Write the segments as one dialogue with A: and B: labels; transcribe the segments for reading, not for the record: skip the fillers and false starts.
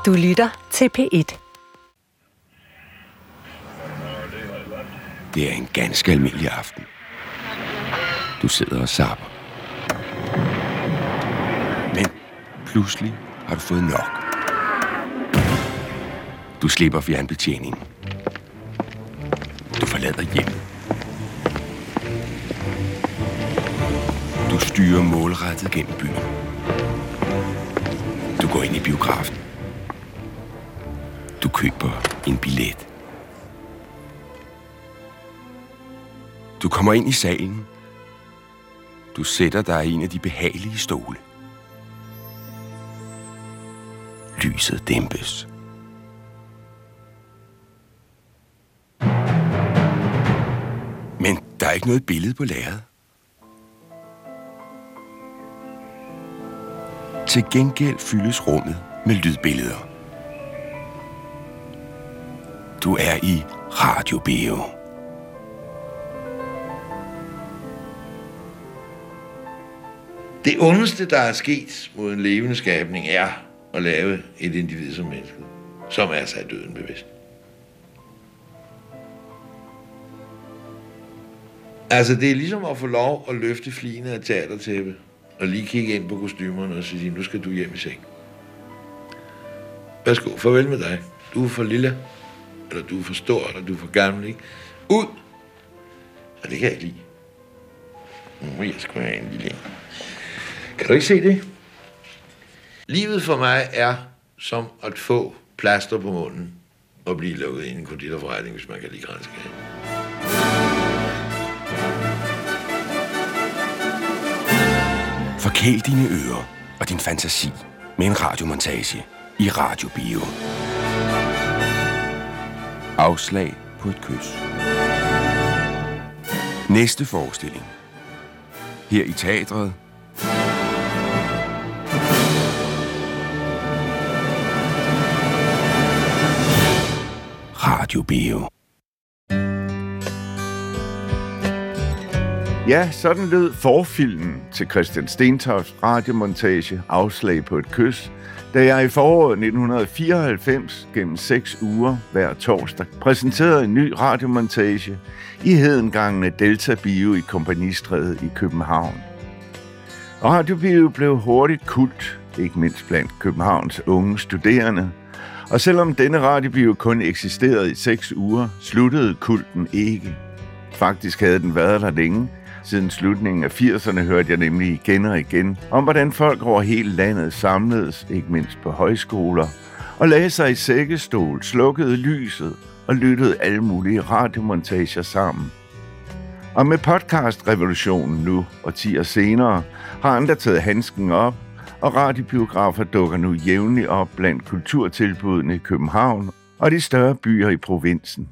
A: Du lytter til P1.
B: Det er en ganske almindelig aften. Du sidder og zapper. Men pludselig har du fået nok. Du slipper fjernbetjeningen. Du forlader hjem. Du styrer målrettet gennem byen. Du går ind i biografen. Du køber en billet. Du kommer ind i salen. Du sætter dig i en af de behagelige stole. Lyset dæmpes. Men der er ikke noget billede på lærredet. Til gengæld fyldes rummet med lydbilleder. Du er i radiobio.
C: Det ondeste, der er sket mod en levende skabning, er at lave et individ som menneske, som er sig døden bevidst. Altså, det er ligesom at få lov at løfte flien af et teatertæppe, og lige kigge ind på kostymerne og sige, nu skal du hjem i seng. Værsgo, farvel med dig. Du er for lille, eller du er for stor, eller du er for gammel, ikke? Ud! Og det kan jeg ikke lide. Jeg skal have en lille. Kan du ikke se det? Livet for mig er som at få plaster på munden og blive lukket ind i en konditorforretning, hvis man kan lide kransekage.
B: Forkæl dine ører og din fantasi med en radiomontage i radiobio. Afslag på et kys. Næste forestilling. Her i teatret. Radiobio.
D: Ja, sådan lød forfilmen til Christian Stentofts radiomontage Afslag på et kys, da jeg i foråret 1994 gennem 6 uger hver torsdag præsenterede en ny radiomontage i hedengangene Delta Bio i Kompanistræde i København. Radiobio blev hurtigt kult, ikke mindst blandt Københavns unge studerende, og selvom denne radiobio kun eksisterede i 6 uger, sluttede kulten ikke. Faktisk havde den været der længe. Siden slutningen af 80'erne hørte jeg nemlig igen og igen om, hvordan folk over hele landet samledes, ikke mindst på højskoler, og lagde sig i sækkestol, slukkede lyset og lyttede alle mulige radiomontager sammen. Og med podcastrevolutionen nu, årtier senere, har andre taget handsken op, og radiobiografer dukker nu jævnligt op blandt kulturtilbudene i København og de større byer i provinsen.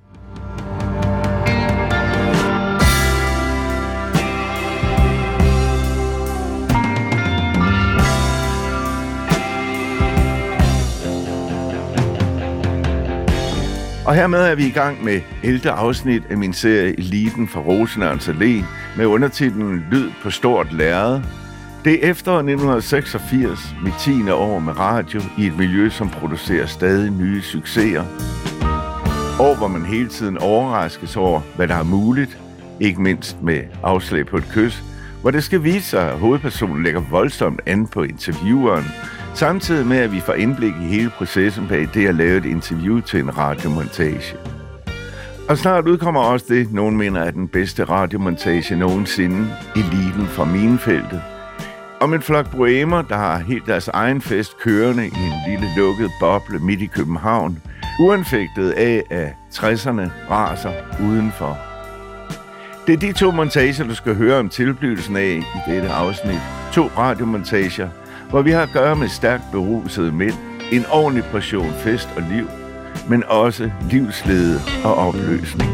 D: Og hermed er vi i gang med 11. afsnit af min serie Eliten fra Rosenørns Allé med undertitlen Lyd på stort lærred. Det er efter 1986, mit 10. år med radio i et miljø, som producerer stadig nye succeser. År, hvor man hele tiden overraskes over, hvad der er muligt, ikke mindst med Afslag på et kys, hvor det skal vise sig, at hovedpersonen lægger voldsomt an på intervieweren, samtidig med, at vi får indblik i hele processen bag det at lave et interview til en radiomontage. Og snart udkommer også det, nogen mener er den bedste radiomontage nogensinde, Eliten fra Minefeltet. Om en flok bohemer, der har helt deres egen fest kørende i en lille lukket boble midt i København, uanfægtet af, at 60'erne raser udenfor. Det er de 2 montager, du skal høre om tilblivelsen af i dette afsnit. 2 radiomontager, hvor vi har at gøre med stærkt berusede mænd, en ordentlig portion fest og liv, men også livslede og opløsning.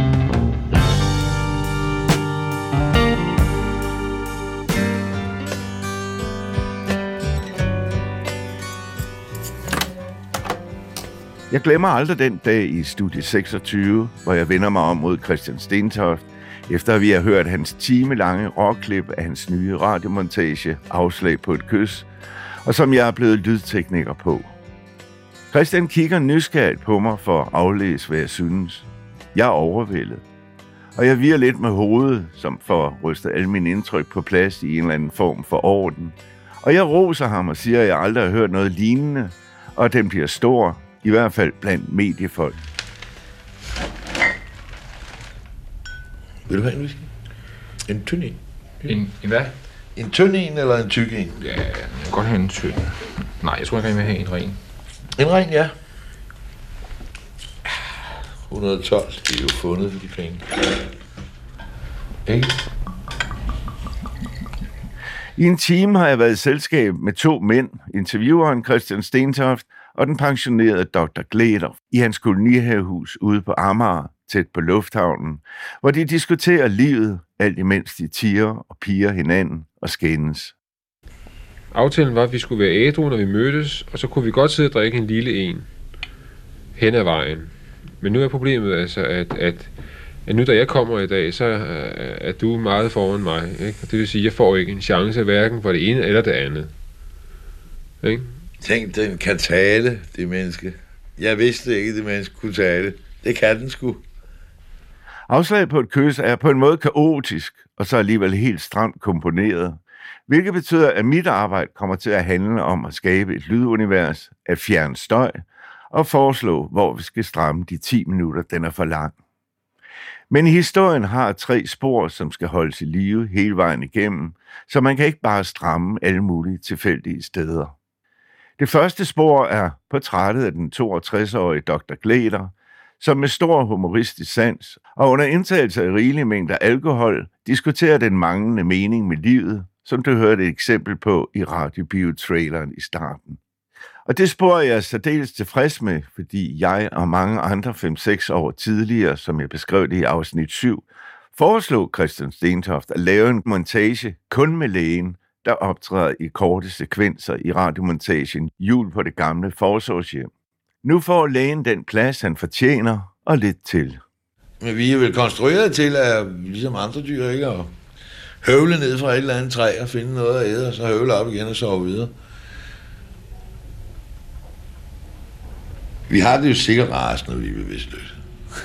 D: Jeg glemmer aldrig den dag i studie 26, hvor jeg vender mig om mod Christian Stentoft, efter at vi har hørt hans timelange rockklip af hans nye radiomontage Afslag på et kys, og som jeg er blevet lydtekniker på. Christian kigger nysgerrigt på mig for at aflæse, hvad jeg synes. Jeg er overvældet. Og jeg virrer lidt med hovedet, som for at ryste alle mine indtryk på plads i en eller anden form for orden. Og jeg roser ham og siger, at jeg aldrig har hørt noget lignende, og at den bliver stor, i hvert fald blandt mediefolk.
C: Vil du have en whisky? En tynd en?
A: En hvad?
C: En tynd en eller en tyk en?
A: Ja, jeg kan godt have en tynd. Nej, jeg tror ikke, jeg vil have en ren.
C: En ren, ja. 112, det er jo fundet for de penge. Ikke?
D: I en time har jeg været i selskab med 2 mænd, intervieweren Christian Stentoft og den pensionerede Dr. Glæder i hans kolonihavehus ude på Amager, tæt på lufthavnen, hvor de diskuterer livet, alt imens de tirer og piger hinanden og skændes.
E: Aftalen var, at vi skulle være ædru, når vi mødtes, og så kunne vi godt sidde og drikke en lille en hen ad vejen. Men nu er problemet altså, at nu da jeg kommer i dag, så er du meget foran mig. Ikke? Det vil sige, at jeg får ikke en chance hverken for det ene eller det andet. Ikke?
C: Tænk, den kan tale, det menneske. Jeg vidste ikke, det menneske kunne tale. Det kan den sgu.
D: Afslag på et kys er på en måde kaotisk, og så alligevel helt stramt komponeret. Hvilket betyder, at mit arbejde kommer til at handle om at skabe et lydunivers, at fjerne støj og foreslå, hvor vi skal stramme de 10 minutter, den er for lang. Men historien har 3 spor, som skal holdes i live hele vejen igennem, så man kan ikke bare stramme alle mulige tilfældige steder. Det første spor er portrættet af den 62-årige Dr. Glæder, som med stor humoristisk sans og under indtagelse af rigelige mængder alkohol diskuterer den manglende mening med livet, som du hørte et eksempel på i radiobio-traileren i starten. Og det spor er jeg særdeles tilfreds med, fordi jeg og mange andre 5-6 år tidligere, som jeg beskrev det i afsnit 7, foreslog Christian Stentoft at lave en montage kun med lægen, der optræder i korte sekvenser i radiomontagen Jul på det gamle forsorgshjem. Nu får lægen den plads, han fortjener, og lidt til.
C: Men vi er vel konstrueret til, at ligesom andre dyr, ikke? At høvle ned fra et eller andet træ og finde noget at æde, og så høvle op igen og sove videre. Vi har det jo sikkert rarest, når vi er bevidstløse.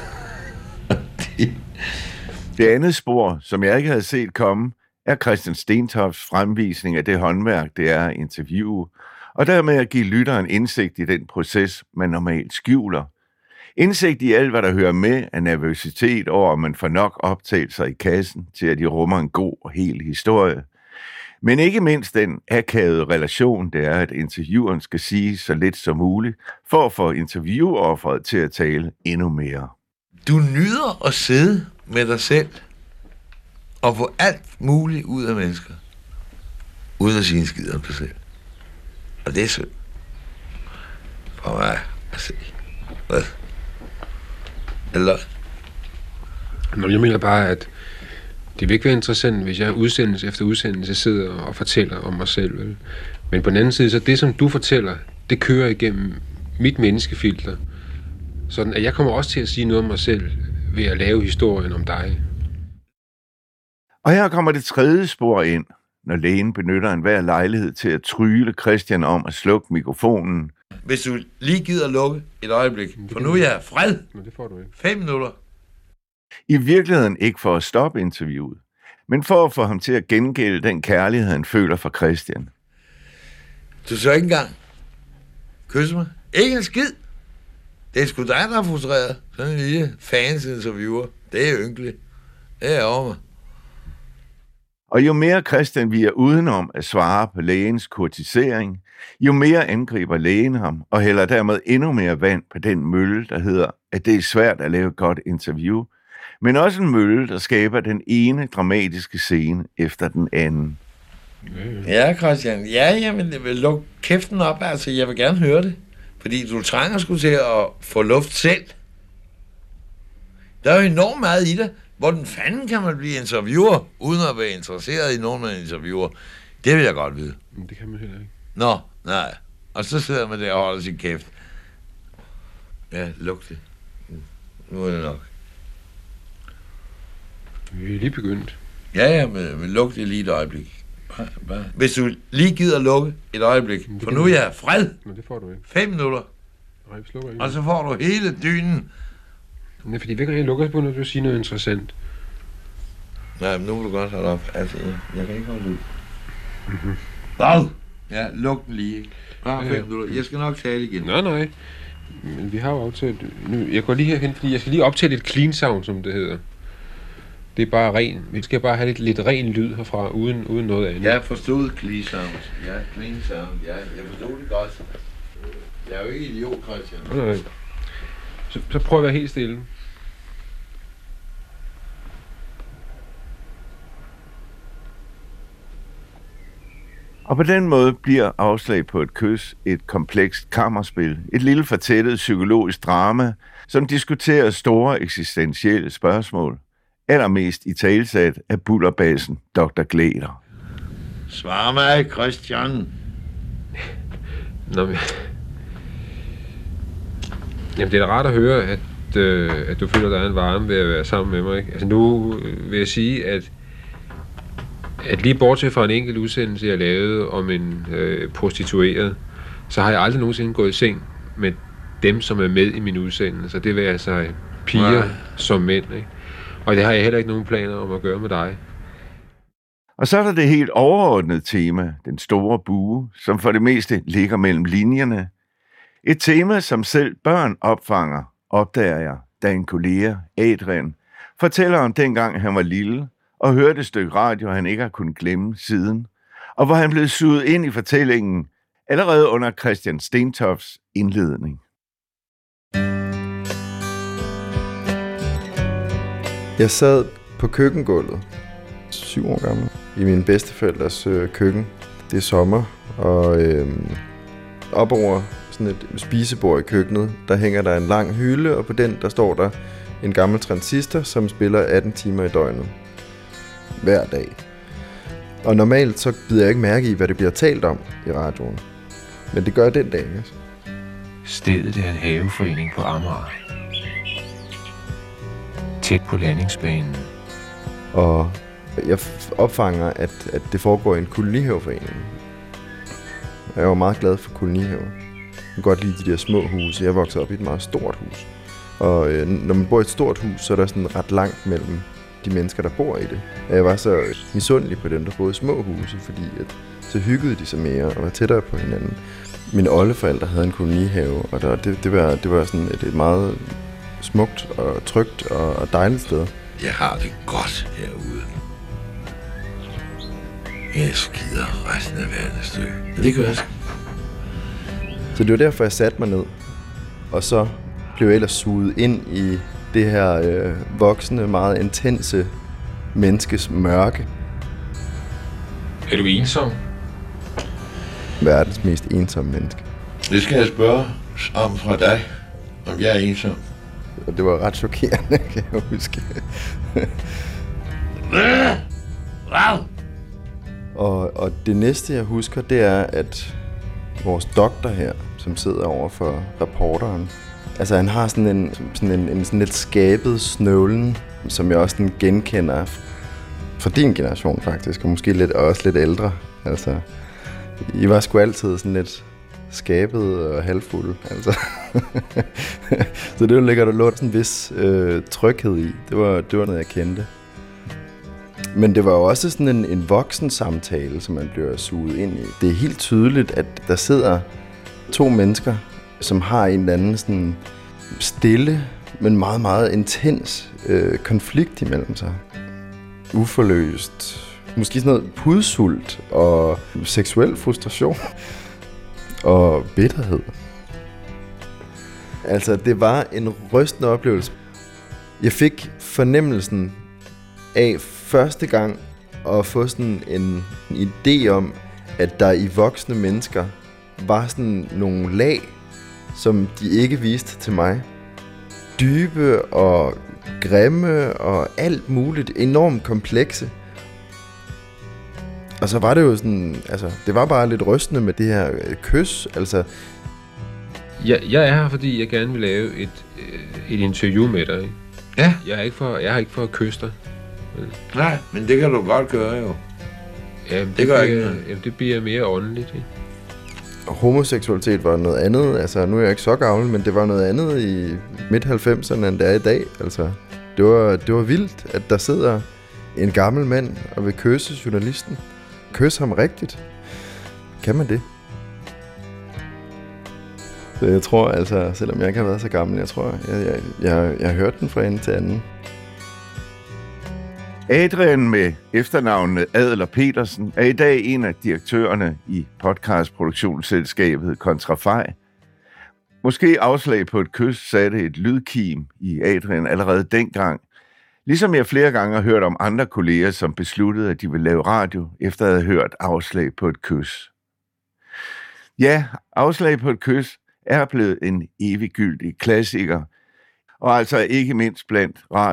D: Det andet spor, som jeg ikke havde set komme, er Christian Stentofts fremvisning af det håndværk, det er at interviewe, og dermed at give lytteren indsigt i den proces, man normalt skjuler. Indsigt i alt, hvad der hører med af nervøsitet over, om man får nok optagelser i kassen til, at de rummer en god og hel historie. Men ikke mindst den akavede relation, det er, at intervieweren skal sige så lidt som muligt, for at få interviewofferet til at tale endnu mere.
C: Du nyder at sidde med dig selv og få alt muligt ud af mennesker, uden at sige en skid om dig selv. Og det er synd for mig at se. Hvad? Eller?
E: Nå, jeg mener bare, at det vil ikke være interessant, hvis jeg udsendelse efter udsendelse sidder og fortæller om mig selv. Vel? Men på den anden side, så det, som du fortæller, det kører igennem mit menneskefilter. Sådan at jeg kommer også til at sige noget om mig selv ved at lave historien om dig.
D: Og her kommer det tredje spor ind, når lægen benytter enhver lejlighed til at trygle Christian om at slukke mikrofonen.
C: Hvis du lige gider lukke et øjeblik, for nu er jeg fred.
E: Men det får du ikke.
C: 5 minutter.
D: I virkeligheden ikke for at stoppe interviewet, men for at få ham til at gengælde den kærlighed, han føler for Christian.
C: Du så ikke engang kysse mig? Ikke en skid. Det er sgu dig, der er frustreret. Sådan en lille fans-interviewer. Det er ynkeligt. Det er over mig.
D: Og jo mere Christian viger udenom at svare på lægens kurtisering, jo mere angriber lægen ham og hælder dermed endnu mere vand på den mølle, der hedder, at det er svært at lave et godt interview, men også en mølle, der skaber den ene dramatiske scene efter den anden.
C: Ja, Christian. Ja, men luk kæften op, altså. Jeg vil gerne høre det. Fordi du trænger sgu til at få luft selv. Der er jo enormt meget i det. Hvordan fanden kan man blive interviewer, uden at være interesseret i nogen, man interviewer? Det vil jeg godt vide.
E: Men det kan man heller ikke.
C: Nå, nej. Og så sidder man der og holder sin kæft. Ja, luk det. Nu er det nok.
E: Vi er lige begyndt.
C: Ja, men luk det lige et øjeblik. Hvis du lige gider lukke et øjeblik, for nu er jeg fred.
E: Men det får du ikke.
C: 5 minutter.
E: Nej, vi slukker ikke.
C: Og så får du hele dynen.
E: Det er fordi, hver gang jeg lukker på, når du siger noget interessant.
C: Nej, men nu må du godt holde op. Altså, jeg kan ikke holde ud. Hvad? Ja, luk den lige, ikke? Bare 5 minutter. Jeg skal nok tale igen.
E: Nej. Men vi har jo aftalt... Nu, jeg går lige herhen, fordi jeg skal lige optage lidt clean sound, som det hedder. Det er bare ren. Vi skal bare have lidt ren lyd herfra, uden noget andet.
C: Jeg forstod clean sound. Ja, clean sound. Ja, jeg forstod det godt. Jeg er jo ikke idiot, Christian.
E: Nej. Så prøv at være helt stille.
D: Og på den måde bliver Afslag på et kys et komplekst kammerspil, et lille fortættet psykologisk drama, som diskuterer store eksistentielle spørgsmål, allermest i talesat af bullerbasen Dr. Glæder.
C: Svar mig, Christian.
E: Nå, men... Jamen, det er da rart at høre, at du føler, der er en varme ved at være sammen med mig, ikke? Altså, nu vil jeg sige, at lige bortset fra en enkelt udsendelse, jeg lavede om en prostitueret, så har jeg aldrig nogensinde gået i seng med dem, som er med i min udsendelse. Det vil altså piger som mænd, ikke? Og det har jeg heller ikke nogen planer om at gøre med dig.
D: Og så er der det helt overordnede tema, den store bue, som for det meste ligger mellem linjerne. Et tema, som selv børn opfanger, opdager jeg, da en kollega, Adrian, fortæller om dengang han var lille, og hørte et stykke radio, han ikke har kunnet glemme siden, og hvor han blev suget ind i fortællingen allerede under Christian Stentofts indledning.
F: Jeg sad på køkkengulvet, 7 år gammel, i mine bedsteforældres køkken. Det er sommer, og op over sådan et spisebord i køkkenet, der hænger der en lang hylde, og på den der står der en gammel transistor, som spiller 18 timer i døgnet. Hver dag. Og normalt så bider jeg ikke mærke i, hvad det bliver talt om i radioen. Men det gør jeg den dag, altså.
G: Stedet er en haveforening på Amager. Tæt på landingsbanen.
F: Og jeg opfanger, at det foregår i en kolonihaveforening. Jeg er jo meget glad for kolonihaver. Jeg kan godt lide de der små huse. Jeg er vokset op i et meget stort hus. Og når man bor i et stort hus, så er der sådan ret langt mellem de mennesker, der bor i det. Jeg var så misundelig på dem, der boede i små huse, fordi at, så hyggede de sig mere og var tættere på hinanden. Mine oldeforældre havde en kolonihave, og det var sådan et meget smukt og trygt og dejligt sted.
C: Jeg har det godt herude. Jeg skider resten af verden stykke. Det gør jeg.
F: Så det var derfor, jeg satte mig ned. Og så blev jeg ellers suget ind i det her voksne, meget intense menneskes mørke.
E: Er du ensom?
F: Verdens mest ensomme menneske.
C: Det skal jeg spørge om fra dig, om jeg er ensom.
F: Og det var ret chokerende, kan jeg huske. Og det næste, jeg husker, det er, at vores doktor her, som sidder over for reporteren, altså han har sådan en lidt skabet snøvlen, som jeg også sådan genkender fra din generation faktisk, og måske også lidt ældre. Altså, I var sgu altid sådan lidt skabet og halvfulde, altså. Så det ligger der lå sådan en vis tryghed i. Det var noget, jeg kendte. Men det var jo også sådan en voksen samtale, som man bliver suget ind i. Det er helt tydeligt, at der sidder 2 mennesker, som har en eller anden sådan stille, men meget, meget intens konflikt imellem sig. Uforløst. Måske sådan noget pudsult og seksuel frustration og bitterhed. Altså, det var en rystende oplevelse. Jeg fik fornemmelsen af første gang at få sådan en idé om, at der i voksne mennesker var sådan nogle lag, som de ikke viste til mig. Dybe og grimme og alt muligt, enormt komplekse. Og så var det jo sådan, altså, det var bare lidt rystende med det her kys, altså.
E: Jeg er her, fordi jeg gerne vil lave et interview med dig, ikke?
C: Ja.
E: Jeg er ikke for at kysse dig.
C: Nej, men det kan du godt gøre jo.
E: Jamen,
C: det gør ikke noget.
E: Jamen, det bliver mere åndeligt, ikke?
F: homoseksualitet var noget andet. Altså, nu er jeg ikke så gammel, men det var noget andet i midt-90'erne, end det er i dag. Altså, det var vildt, at der sidder en gammel mand og vil kysse journalisten. Kysse ham rigtigt. Kan man det? Så jeg tror, altså, selvom jeg ikke har været så gammel, jeg tror, jeg har hørt den fra ende til anden.
D: Adrian med efternavnet Adler Petersen er i dag en af direktørerne i podcastproduktionsselskabet Kontrafej. Måske afslag på et kys satte et lydkim i Adrian allerede dengang, ligesom jeg flere gange har hørt om andre kolleger, som besluttede, at de ville lave radio, efter at have hørt afslag på et kys. Ja, afslag på et kys er blevet en eviggyldig klassiker, og altså ikke mindst blandt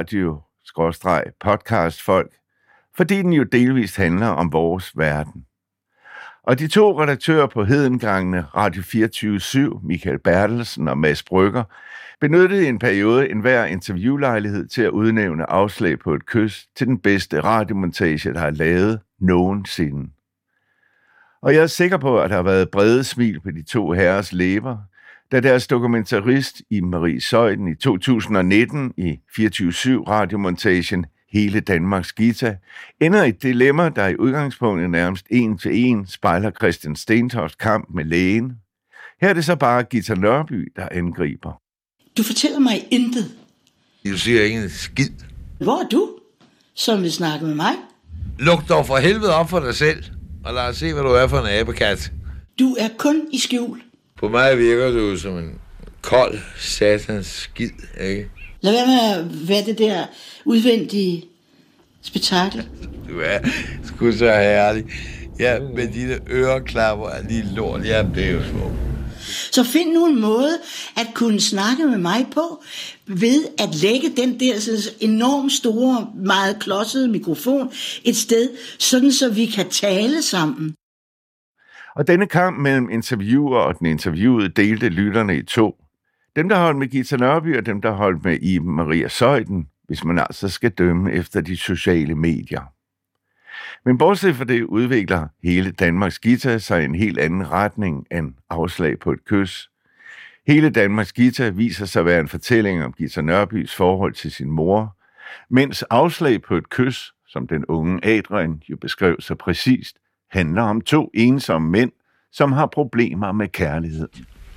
D: radio-podcastfolk, fordi den jo delvist handler om vores verden. Og de to redaktører på hedengangene Radio 24/7, Michael Bertelsen og Mads Brygger, benyttede i en periode enhver interviewlejlighed til at udnævne afslag på et kys til den bedste radiomontage, der har lavet nogensinde. Og jeg er sikker på, at der har været brede smil på de to herres læber, da deres dokumentarist i Marie Zeuthen i 2019 i 24/7 radiomontagen Hele Danmarks Gita ender et dilemma, der i udgangspunktet nærmest en til en spejler Christian Stentofts kamp med lægen. Her er det så bare Gita Nørby, der angriber.
H: Du fortæller mig intet.
C: Du siger ikke en skid.
H: Hvor er du, som vil snakke med mig?
C: Luk dog for helvede op for dig selv, og lad os se, hvad du er for en abekat.
H: Du er kun i skjul.
C: På mig virker du som en kold satans skid, ikke?
H: Lad være med at være det der udvendige spektakel.
C: Du er sgu så herlig. Ja, med dine øreklapper og lige lort. Jamen, det er jo små.
H: Så find nu en måde at kunne snakke med mig på, ved at lægge den der enormt store, meget klodsede mikrofon et sted, sådan så vi kan tale sammen.
D: Og denne kamp mellem interviewer og den interviewede delte lytterne i to. Dem, der holdt med Gita Nørby, og dem, der holdt med Iben Maria Zeuthen, hvis man altså skal dømme efter de sociale medier. Men bortset fra det udvikler Hele Danmarks Gita sig i en helt anden retning end afslag på et kys. Hele Danmarks Gita viser sig at være en fortælling om Gita Nørbys forhold til sin mor, mens afslag på et kys, som den unge Adrian jo beskrev så præcist, handler om to ensomme mænd, som har problemer med kærlighed.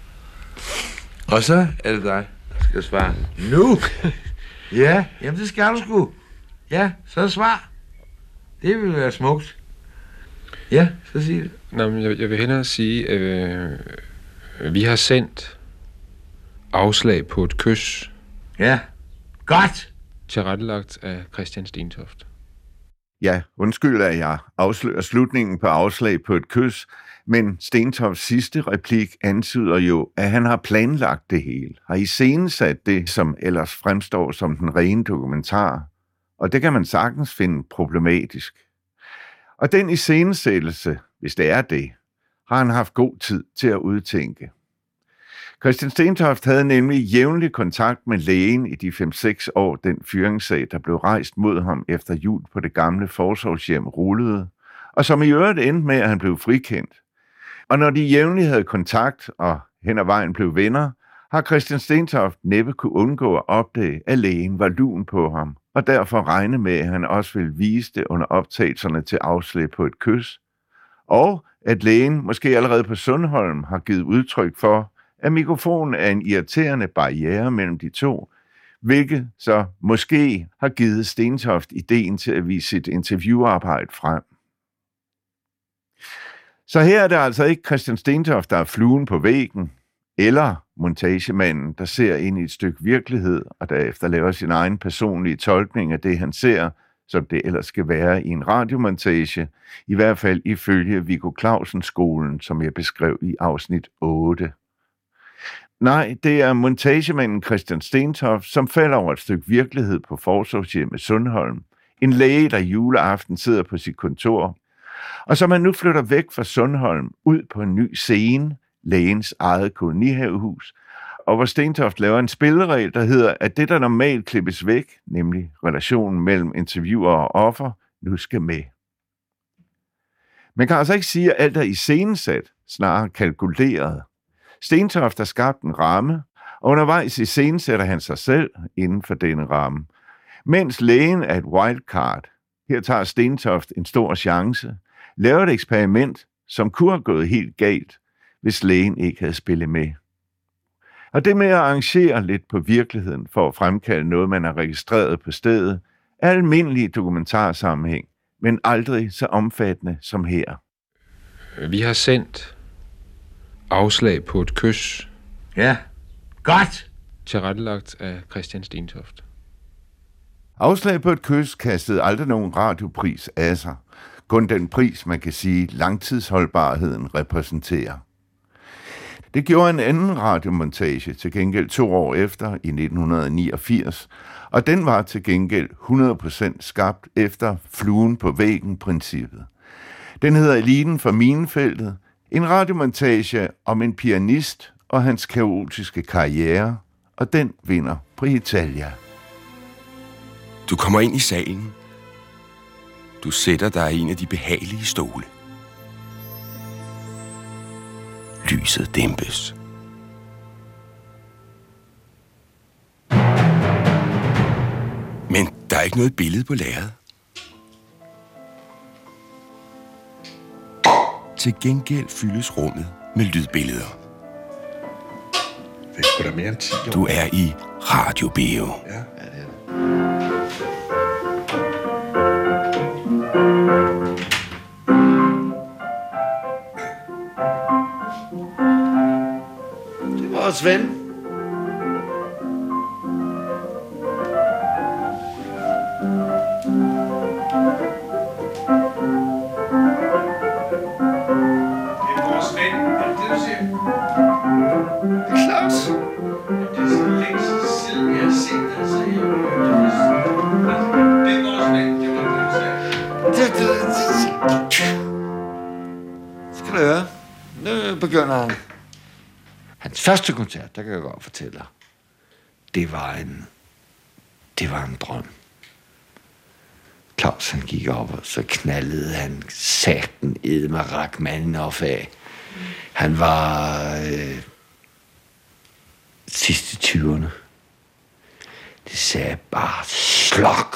C: Og så er det dig, der skal svare. Nu! Ja, jamen det skal du sgu. Ja, så svar. Det vil være smukt. Ja, så sig det.
E: Nå, men jeg vil hellere sige, at vi har sendt afslag på et kys.
C: Ja, godt!
E: Tilrettelagt af Christian Stentoft.
D: Ja, undskyld, at jeg afslører slutningen på afslag på et kys, men Stentofts sidste replik antyder jo, at han har planlagt det hele, har iscenesat det, som ellers fremstår som den rene dokumentar, og det kan man sagtens finde problematisk. Og den iscenesættelse, hvis det er det, har han haft god tid til at udtænke. Christian Stentoft havde nemlig jævnlig kontakt med lægen i de 5-6 år, den fyringssag, der blev rejst mod ham efter jul på det gamle forsorgshjem rullede, og som i øvrigt endte med, at han blev frikendt. Og når de jævnligt havde kontakt og hen ad vejen blev venner, har Christian Stentoft næppe kunne undgå at opdage, at lægen var lun på ham, og derfor regne med, at han også ville vise det under optagelserne til afslag på et kys, og at lægen måske allerede på Sundholm har givet udtryk for, at mikrofonen er en irriterende barriere mellem de to, hvilket så måske har givet Stentoft ideen til at vise sit interviewarbejde frem. Så her er det altså ikke Christian Stentoft, der er fluen på væggen, eller montagemanden, der ser ind i et stykke virkelighed, og derefter laver sin egen personlige tolkning af det, han ser, som det ellers skal være i en radiomontage, i hvert fald ifølge Viggo Clausen-skolen, som jeg beskrev i afsnit 8. Nej, det er montagemanden Christian Stentoft, som falder over et stykke virkelighed på forsorgshjemmet Sundholm. En læge, der juleaften sidder på sit kontor, og som han nu flytter væk fra Sundholm ud på en ny scene, lægens eget kolonihavehus, og hvor Stentoft laver en spilleregel, der hedder, at det, der normalt klippes væk, nemlig relationen mellem interviewer og offer, nu skal med. Man kan altså ikke sige, at alt er iscenesat, snarere kalkuleret. Stentoft har skabt en ramme, og undervejs iscenesætter han sig selv inden for denne ramme. Mens lægen er et wildcard, her tager Stentoft en stor chance, laver et eksperiment, som kunne have gået helt galt, hvis lægen ikke havde spillet med. Og det med at arrangere lidt på virkeligheden for at fremkalde noget, man har registreret på stedet, er almindelig dokumentarsammenhæng, men aldrig så omfattende som her.
E: Vi har sendt afslag på et kys.
C: Ja, godt!
E: Tilrettelagt af Christian Stentoft.
D: Afslag på et kys kastede aldrig nogen radiopris af sig. Kun den pris, man kan sige, langtidsholdbarheden repræsenterer. Det gjorde en anden radiomontage til gengæld 2 år efter i 1989, og den var til gengæld 100% skabt efter fluen på væggen-princippet. Den hedder Eliten fra Minefeltet, en radiomontage om en pianist og hans kaotiske karriere, og den vinder på Italia.
B: Du kommer ind i salen. Du sætter dig i en af de behagelige stole. Lyset dæmpes. Men der er ikke noget billede på lærredet. Til gengæld fyldes rummet med lydbilleder.
C: Det er sgu da mere end 10 år.
B: Du er i radiobio.
C: Ja, det er det. Det var vores ven. Skal du høre? Nu begynder han. Hans første koncert, der kan jeg godt fortælle dig, det var en drøm. Claus, han gik op, og så knaldede han satan Edmar Rachmaninoff af. Han var sidste 20'erne. Det sagde bare slok.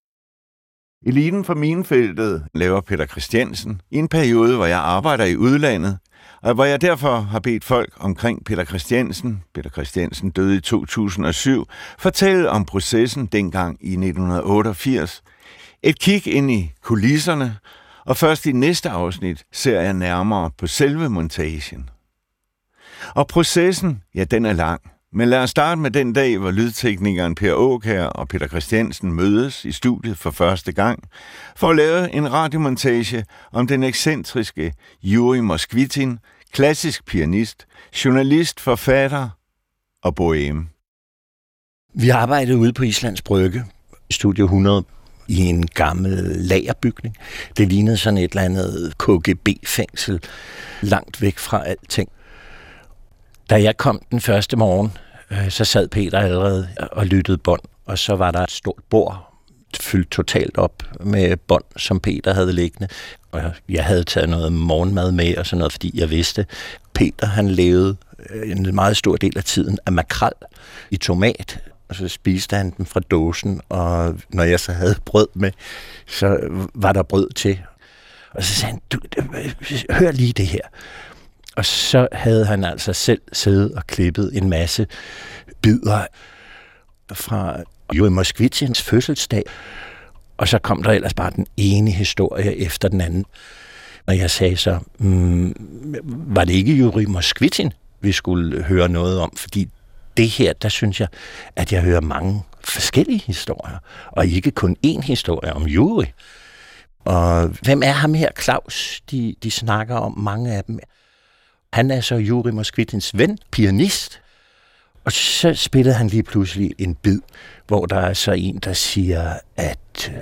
D: Eliten fra Minefeltet laver Peter Christiansen i en periode, hvor jeg arbejder i udlandet, og hvor jeg derfor har bedt folk omkring Peter Christiansen. Peter Christiansen døde i 2007, fortælle om processen dengang i 1988. Et kig ind i kulisserne, og først i næste afsnit ser jeg nærmere på selve montagen. Og processen, ja, den er lang. Men lad os starte med den dag, hvor lydteknikeren Per Aakjær og Peter Christiansen mødes i studiet for første gang, for at lave en radiomontage om den ekscentriske Jurij Moskvitin, klassisk pianist, journalist, forfatter og boheme.
I: Vi arbejdede ude på Islands Brygge, Studio 100, i en gammel lagerbygning. Det lignede sådan et eller andet KGB-fængsel, langt væk fra alting. Da jeg kom den første morgen, så sad Peter allerede og lyttede bånd, og så var der et stort bord fyldt totalt op med bånd, som Peter havde liggende. Og jeg havde taget noget morgenmad med og sådan noget, fordi jeg vidste, Peter han levede en meget stor del af tiden af makrel i tomat, og så spiste han den fra dåsen, og når jeg så havde brød med, så var der brød til. Og så sagde han, hør lige det her. Og så havde han altså selv siddet og klippet en masse bidder fra Jurij Moskvitins fødselsdag. Og så kom der ellers bare den ene historie efter den anden. Og jeg sagde så, var det ikke Jurij Moskvitin, vi skulle høre noget om? Fordi det her, der synes jeg, at jeg hører mange forskellige historier, og ikke kun én historie om Jurij. Og hvem er ham her, Claus? De snakker om mange af dem. Han er så Jurij Moskvitins ven, pianist. Og så spillede han lige pludselig en bid, hvor der er så en, der siger, at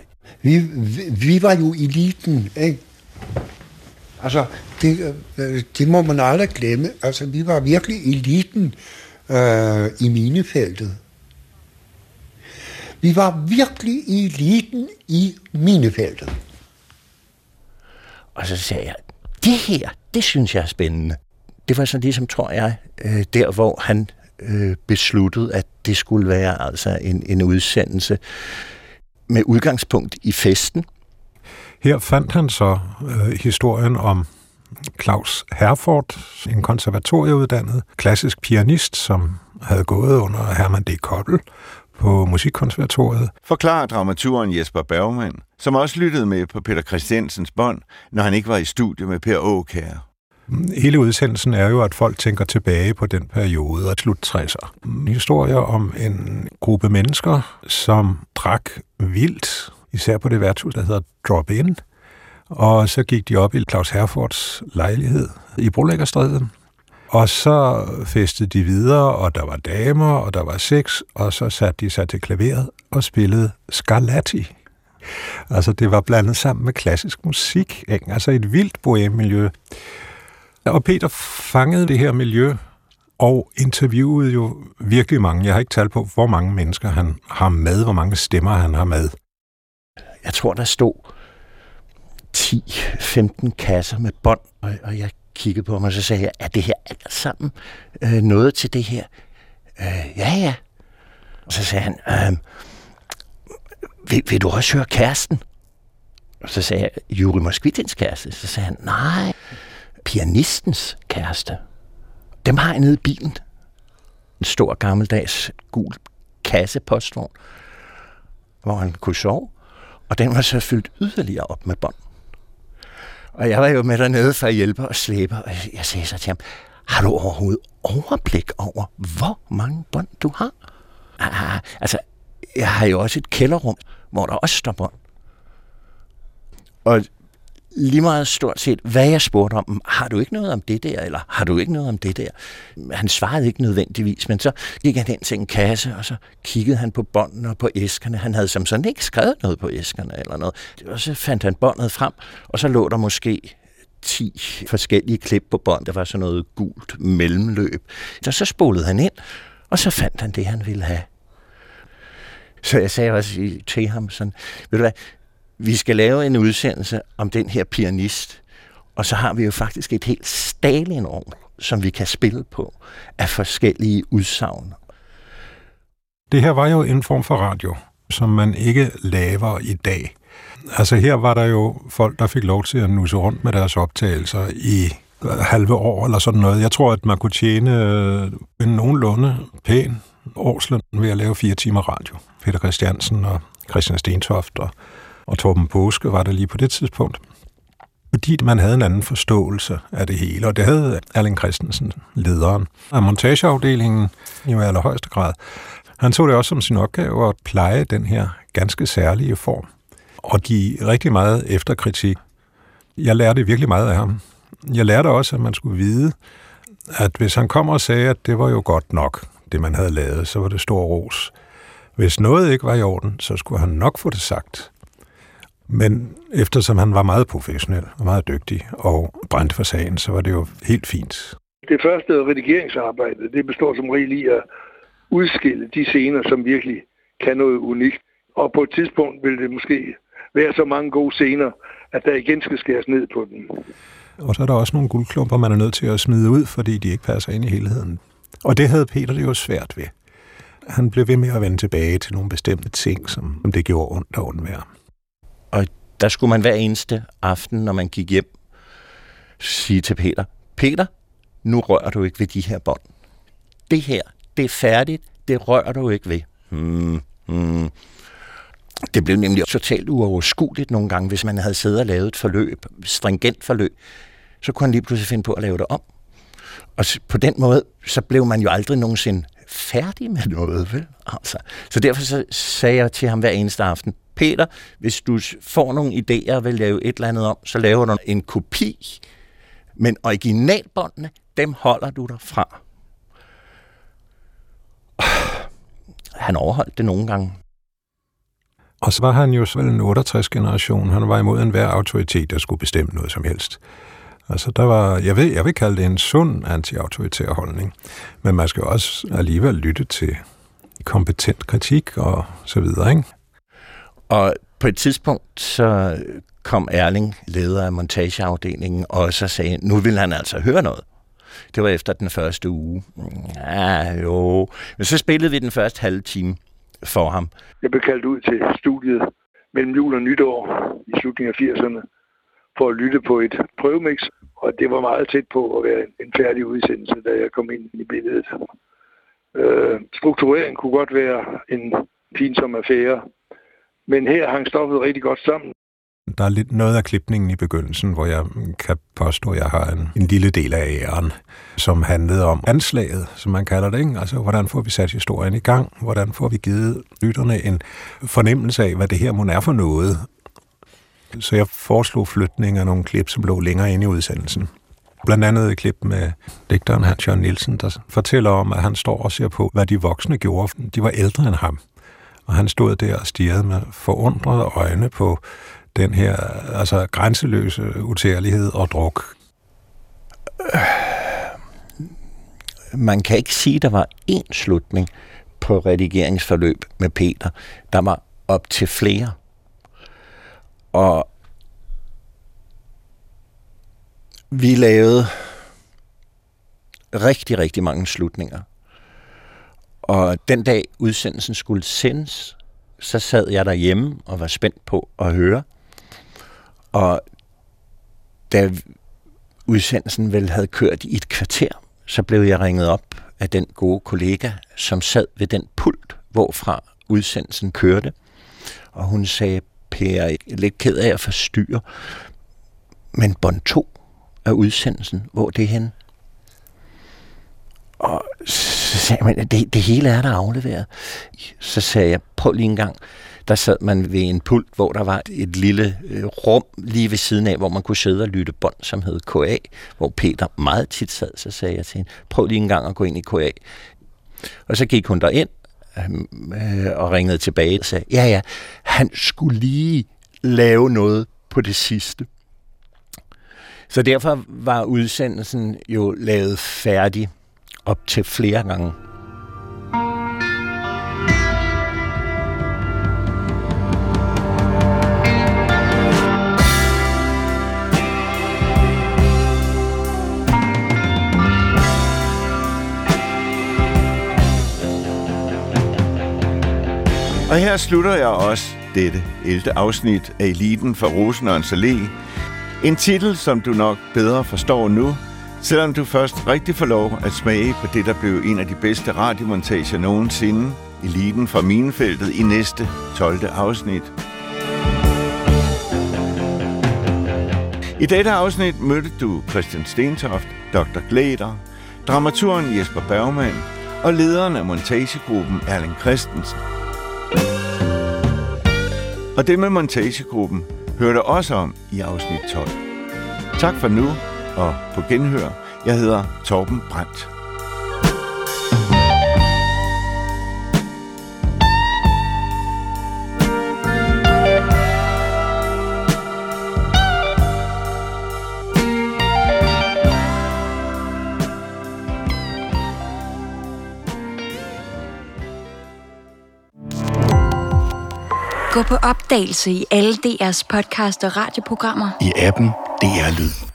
J: vi var jo eliten, ikke? Altså, det må man aldrig glemme. Altså, vi var virkelig eliten i Minefeltet. Vi var virkelig eliten i Minefeltet.
I: Og så sagde jeg, det her, Det synes jeg er spændende. Det var så ligesom, tror jeg, der hvor han besluttede, at det skulle være altså en udsendelse med udgangspunkt i festen.
K: Her fandt han så historien om Claus Herford, en konservatorieuddannet klassisk pianist, som havde gået under Herman D. Koppel på Musikkonservatoriet.
D: Forklarer dramaturen Jesper Bergmann, som også lyttede med på Peter Christiansens bånd, når han ikke var i studie med Per Aakjær.
K: Hele udsendelsen er jo, at folk tænker tilbage på den periode af slut 60'er. Historier om en gruppe mennesker, som drak vildt, især på det værtshus, der hedder Drop-In. Og så gik de op i Claus Herfords lejlighed i Brolæggerstræde. Og så festede de videre, og der var damer, og der var sex, og så satte de sig til klaveret og spillede Scarlatti. Altså, det var blandet sammen med klassisk musik, ikke? Altså et vildt bohème-miljø. Og Peter fangede det her miljø og interviewede jo virkelig mange. Jeg har ikke talt på, hvor mange mennesker han har med, hvor mange stemmer han har med.
I: Jeg tror, der stod 10-15 kasser med bånd, og jeg kiggede på mig, og så sagde jeg, er det her alt sammen noget til det her? Ja. Og så sagde han, vil du også høre Kærsten? Og så sagde jeg, Juri Moskvitins kæreste. Så sagde han, nej, pianistens kæreste. Dem har jeg nede i bilen. En stor gammeldags gul kassepostvogn, hvor han kunne sove. Og den var så fyldt yderligere op med bånd. Og jeg var jo med dernede for at hjælpe og slæbe, og jeg sagde så til ham, har du overhovedet overblik over, hvor mange bånd du har? Altså, jeg har jo også et kælderrum, hvor der også står bånd. Og lige meget stort set, hvad jeg spurgte om, har du ikke noget om det der, eller har du ikke noget om det der? Han svarede ikke nødvendigvis, men så gik han hen til en kasse, og så kiggede han på båndene og på æskerne. Han havde som sådan ikke skrevet noget på æskerne eller noget. Og så fandt han båndet frem, og så lå der måske 10 forskellige klip på bånd. Der var sådan noget gult mellemløb. Så spolede han ind, og så fandt han det, han ville have. Så jeg sagde også til ham sådan, ved du hvad, vi skal lave en udsendelse om den her pianist, og så har vi jo faktisk et helt Stalin-år, som vi kan spille på af forskellige udsagn.
K: Det her var jo en form for radio, som man ikke laver i dag. Altså her var der jo folk, der fik lov til at nusse rundt med deres optagelser i halve år eller sådan noget. Jeg tror, at man kunne tjene en nogenlunde pæn årsløn ved at lave 4 timer radio. Peter Christiansen og Christian Stentoft og Torben Påske var der lige på det tidspunkt. Fordi man havde en anden forståelse af det hele, og det havde Erling Christensen, lederen af montageafdelingen, i allerhøjeste grad. Han så det også som sin opgave at pleje den her ganske særlige form, og give rigtig meget efterkritik. Jeg lærte virkelig meget af ham. Jeg lærte også, at man skulle vide, at hvis han kom og sagde, at det var jo godt nok, det man havde lavet, så var det stor ros. Hvis noget ikke var i orden, så skulle han nok få det sagt. Men eftersom han var meget professionel og meget dygtig og brændte for sagen, så var det jo helt fint.
L: Det første redigeringsarbejde, det består som regel i at udskille de scener, som virkelig kan noget unikt. Og på et tidspunkt vil det måske være så mange gode scener, at der igen skal skæres ned på den. Og
K: så er der også nogle guldklumper, man er nødt til at smide ud, fordi de ikke passer ind i helheden. Og det havde Peter det jo svært ved. Han blev ved med at vende tilbage til nogle bestemte ting, som det gjorde ondt at undvære.
I: Og der skulle man hver eneste aften, når man gik hjem, sige til Peter, Peter, nu rører du ikke ved de her bånd. Det her, det er færdigt, det rører du ikke ved. Det blev nemlig totalt uoverskueligt nogle gange, hvis man havde siddet og lavet et forløb, stringent forløb, så kunne han lige pludselig finde på at lave det om. Og på den måde, så blev man jo aldrig nogensinde færdig med noget, vel? Altså. Så derfor så sagde jeg til ham hver eneste aften, Peter, hvis du får nogle idéer og vil lave et eller andet om, så laver du en kopi, men originalbåndene, dem holder du dig fra. Han overholdt det nogle gange.
K: Og så var han jo selv en 68-generation. Han var imod enhver autoritet, der skulle bestemme noget som helst. Altså, der var, jeg vil kalde det en sund anti-autoritær holdning, men man skal også alligevel lytte til kompetent kritik og så videre, ikke?
I: Og på et tidspunkt, så kom Erling, leder af montageafdelingen, og så sagde, nu vil han altså høre noget. Det var efter den første uge. Ja, jo. Men så spillede vi den første halve time for ham.
L: Jeg blev kaldt ud til studiet mellem jul og nytår i slutningen af 80'erne for at lytte på et prøvemix, og det var meget tæt på at være en færdig udsendelse, da jeg kom ind i billedet. Strukturering kunne godt være en pinsom affære, men her hang stoffet rigtig godt sammen.
K: Der er lidt noget af klipningen i begyndelsen, hvor jeg kan påstå, at jeg har en lille del af æren, som handlede om anslaget, som man kalder det, ikke? Altså, hvordan får vi sat historien i gang? Hvordan får vi givet lytterne en fornemmelse af, hvad det her mon er for noget? Så jeg foreslog flytning af nogle klip, som lå længere inde i udsendelsen. Blandt andet et klip med digteren Hans Jørgen Nielsen, der fortæller om, at han står og ser på, hvad de voksne gjorde. De var ældre end ham, og han stod der og stirrede med forundrede øjne på den her altså grænseløse utærlighed og druk.
I: Man kan ikke sige, at der var én slutning på redigeringsforløb med Peter. Der var op til flere. Og vi lavede rigtig, rigtig mange slutninger. Og den dag udsendelsen skulle sendes, så sad jeg derhjemme og var spændt på at høre. Og da udsendelsen vel havde kørt i et kvarter, så blev jeg ringet op af den gode kollega, som sad ved den pult, hvorfra udsendelsen kørte. Og hun sagde, Per, jeg er lidt ked af at forstyrre, men bånd 2 af udsendelsen, hvor det er henne? Og så sagde man, det hele er der afleveret. Så sagde jeg, prøv lige en gang. Der sad man ved en pult, hvor der var et lille rum lige ved siden af, hvor man kunne sidde og lytte bånd, som hed KA, hvor Peter meget tit sad. Så sagde jeg til hende, prøv lige en gang at gå ind i KA. Og så gik hun derind og ringede tilbage og sagde, ja, han skulle lige lave noget på det sidste. Så derfor var udsendelsen jo lavet færdig op til flere gange.
D: Og her slutter jeg også dette 11. afsnit af Eliten fra Rosenørns Allé. En titel, som du nok bedre forstår nu, selvom du først rigtig får lov at smage på det, der blev en af de bedste radiomontager nogensinde, Eliten fra Minefeltet, i næste 12. afsnit. I dette afsnit mødte du Christian Stentoft, Dr. Glæder, dramaturgen Jesper Bergmann og lederen af montagegruppen Erling Christensen. Og det med montagegruppen hørte også om i afsnit 12. Tak for nu, og på genhør. Jeg hedder Torben Brandt.
M: Gå på opdagelse i alle DR's podcast og radioprogrammer.
I: I appen DR Lyd.